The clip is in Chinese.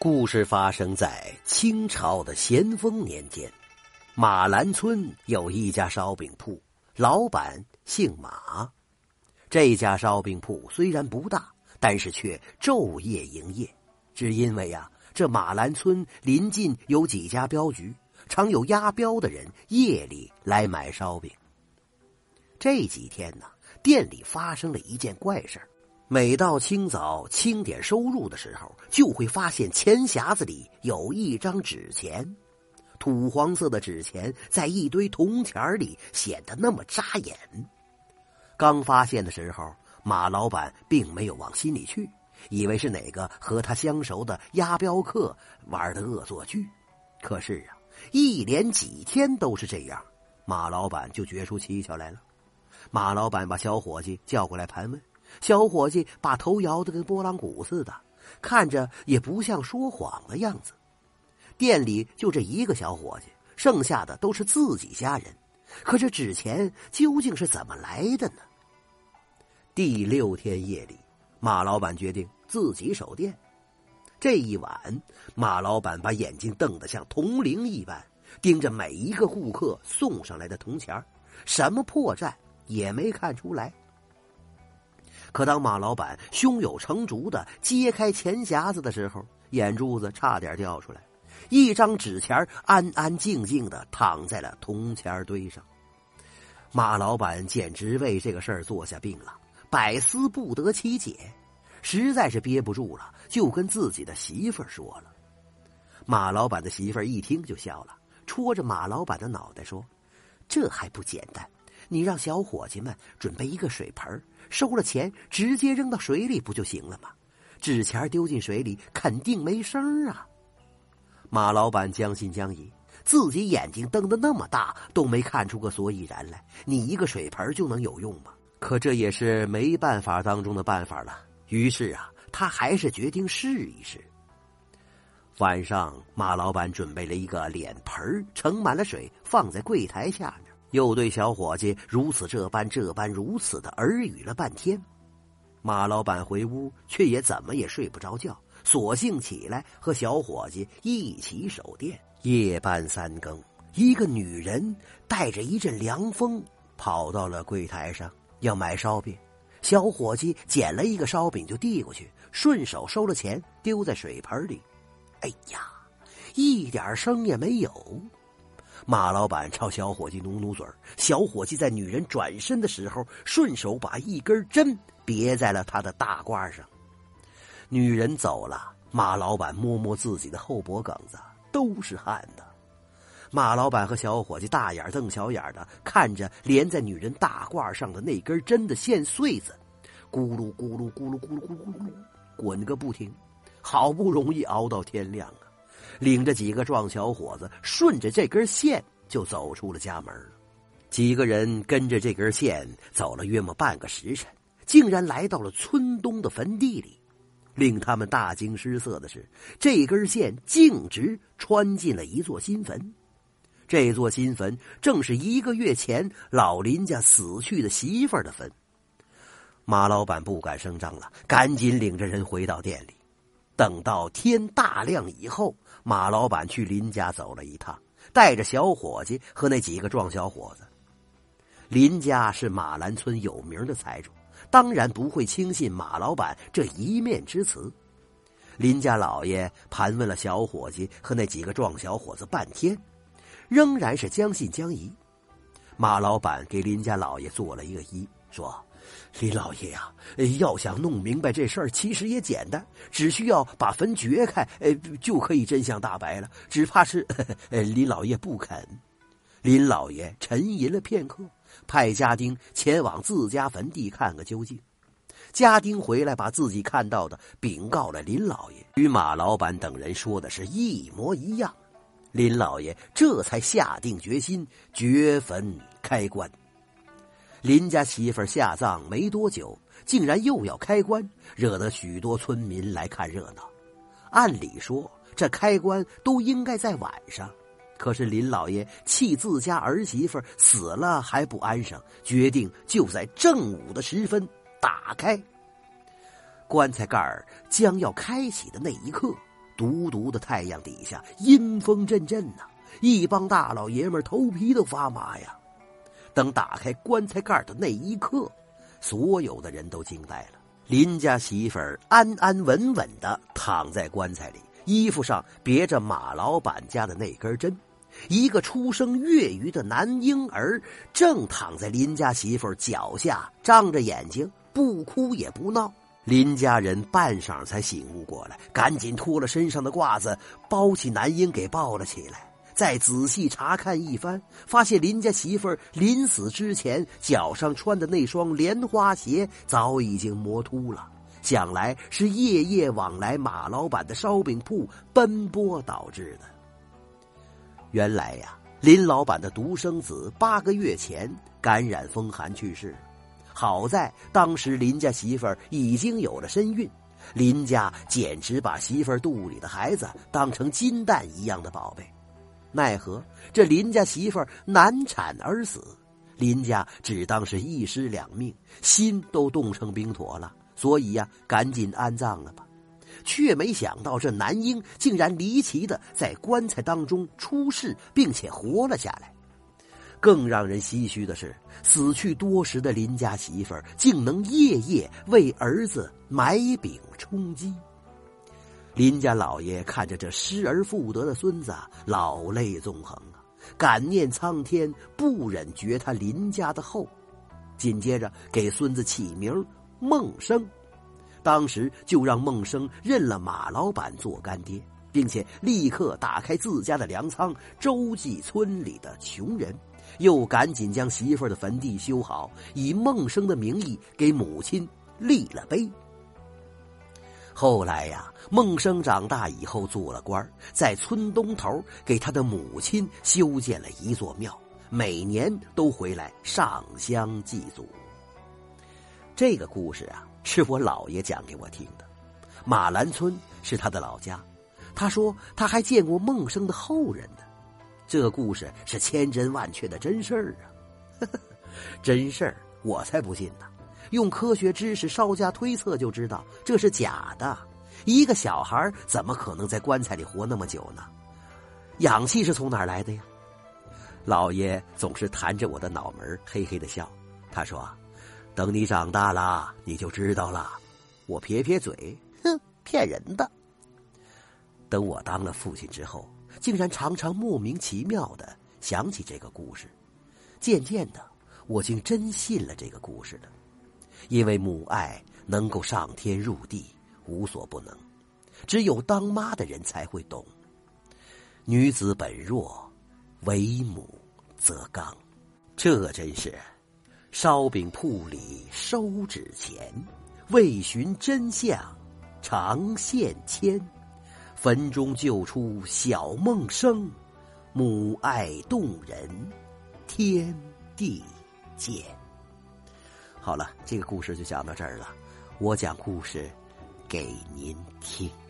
故事发生在清朝的咸丰年间，马兰村有一家烧饼铺，老板姓马。这家烧饼铺虽然不大，但是却昼夜营业，只因为这马兰村临近有几家镖局，常有押镖的人夜里来买烧饼。这几天店里发生了一件怪事儿。每到清早清点收入的时候，就会发现钱匣子里有一张纸钱，土黄色的纸钱在一堆铜钱里显得那么扎眼。刚发现的时候，马老板并没有往心里去，以为是哪个和他相熟的押镖客玩的恶作剧。可是一连几天都是这样，马老板就觉出蹊跷来了。马老板把小伙计叫过来盘问，小伙计把头摇得跟拨浪鼓似的，看着也不像说谎的样子。店里就这一个小伙计，剩下的都是自己家人，可这纸钱究竟是怎么来的呢？第6天夜里，马老板决定自己守店。这一晚，马老板把眼睛瞪得像铜铃一般，盯着每一个顾客送上来的铜钱，什么破绽也没看出来。可当马老板胸有成竹地揭开钱匣子的时候，眼珠子差点掉出来，一张纸钱安安静静地躺在了铜钱堆上。马老板简直为这个事儿坐下病了，百思不得其解，实在是憋不住了，就跟自己的媳妇儿说了。马老板的媳妇儿一听就笑了，戳着马老板的脑袋说：“这还不简单，你让小伙计们准备一个水盆，收了钱直接扔到水里不就行了吗？纸钱丢进水里肯定没声啊。”马老板将信将疑，自己眼睛瞪得那么大都没看出个所以然来，你一个水盆就能有用吗？可这也是没办法当中的办法了，于是他还是决定试一试。晚上，马老板准备了一个脸盆，盛满了水，放在柜台下面，又对小伙计如此这般如此的耳语了半天。马老板回屋却也怎么也睡不着觉，索性起来和小伙计一起守店。夜半3更，一个女人带着一阵凉风跑到了柜台上，要买烧饼。小伙计捡了一个烧饼就递过去，顺手收了钱，丢在水盆里。哎呀，一点声也没有。马老板朝小伙计努努嘴，小伙计在女人转身的时候，顺手把一根针别在了她的大褂上。女人走了，马老板摸摸自己的后脖梗子，都是汗的。马老板和小伙计大眼瞪小眼的看着连在女人大褂上的那根针的线穗子，咕噜咕噜咕噜咕噜咕噜咕噜滚个不停。好不容易熬到天亮领着几个壮小伙子顺着这根线就走出了家门了。几个人跟着这根线走了约莫半个时辰，竟然来到了村东的坟地里。令他们大惊失色的是，这根线径直穿进了一座新坟。这座新坟正是1个月前老林家死去的媳妇儿的坟。马老板不敢声张了，赶紧领着人回到店里。等到天大亮以后，马老板去林家走了一趟，带着小伙计和那几个壮小伙子。林家是马兰村有名的财主，当然不会轻信马老板这一面之词。林家老爷盘问了小伙计和那几个壮小伙子半天，仍然是将信将疑。马老板给林家老爷做了一个揖，说：“林老爷要想弄明白这事儿，其实也简单，只需要把坟掘开，就可以真相大白了。只怕是林老爷不肯。”林老爷沉吟了片刻，派家丁前往自家坟地看个究竟。家丁回来把自己看到的禀告了林老爷，与马老板等人说的是一模一样。林老爷这才下定决心掘坟开棺。林家媳妇儿下葬没多久，竟然又要开棺，惹得许多村民来看热闹。按理说这开棺都应该在晚上，可是林老爷气自家儿媳妇死了还不安生，决定就在正午的时分打开。棺材盖儿将要开启的那一刻， 毒毒的太阳底下，阴风阵阵呐，一帮大老爷们头皮都发麻呀。等打开棺材盖的那一刻，所有的人都惊呆了。林家媳妇儿安安稳稳地躺在棺材里，衣服上别着马老板家的那根针。一个出生月余的男婴儿正躺在林家媳妇儿脚下，张着眼睛，不哭也不闹。林家人半晌才醒悟过来，赶紧脱了身上的褂子，包起男婴给抱了起来。再仔细查看一番，发现林家媳妇儿临死之前脚上穿的那双莲花鞋早已经磨秃了，想来是夜夜往来马老板的烧饼铺奔波导致的。原来呀，林老板的独生子8个月前感染风寒去世，好在当时林家媳妇儿已经有了身孕，林家简直把媳妇儿肚里的孩子当成金蛋一样的宝贝。奈何这林家媳妇儿难产而死，林家只当是一尸两命，心都冻成冰坨了，所以呀，赶紧安葬了吧。却没想到这男婴竟然离奇的在棺材当中出世，并且活了下来。更让人唏嘘的是，死去多时的林家媳妇儿竟能夜夜为儿子买饼充饥。林家老爷看着这失而复得的孙子，老泪纵横啊，感念苍天，不忍绝他林家的后。紧接着给孙子起名孟生，当时就让孟生认了马老板做干爹，并且立刻打开自家的粮仓，周济村里的穷人，又赶紧将媳妇儿的坟地修好，以孟生的名义给母亲立了碑。后来呀，孟生长大以后做了官，在村东头给他的母亲修建了一座庙，每年都回来上香祭祖。这个故事啊，是我姥爷讲给我听的。马兰村是他的老家，他说他还见过孟生的后人呢。这个故事是千真万确的真事儿啊！真事儿我才不信呢。用科学知识稍加推测就知道这是假的。一个小孩怎么可能在棺材里活那么久呢？氧气是从哪儿来的呀？老爷总是弹着我的脑门，嘿嘿的笑。他说：“等你长大了，你就知道了。”我撇撇嘴，哼，骗人的。等我当了父亲之后，竟然常常莫名其妙的想起这个故事。渐渐的，我竟真信了这个故事了。因为母爱能够上天入地，无所不能，只有当妈的人才会懂。女子本弱，为母则刚。这真是烧饼铺里收纸钱，为寻真相常现牵。坟中救出小孟生，母爱动人天地间。好了，这个故事就讲到这儿了。我讲故事给您听。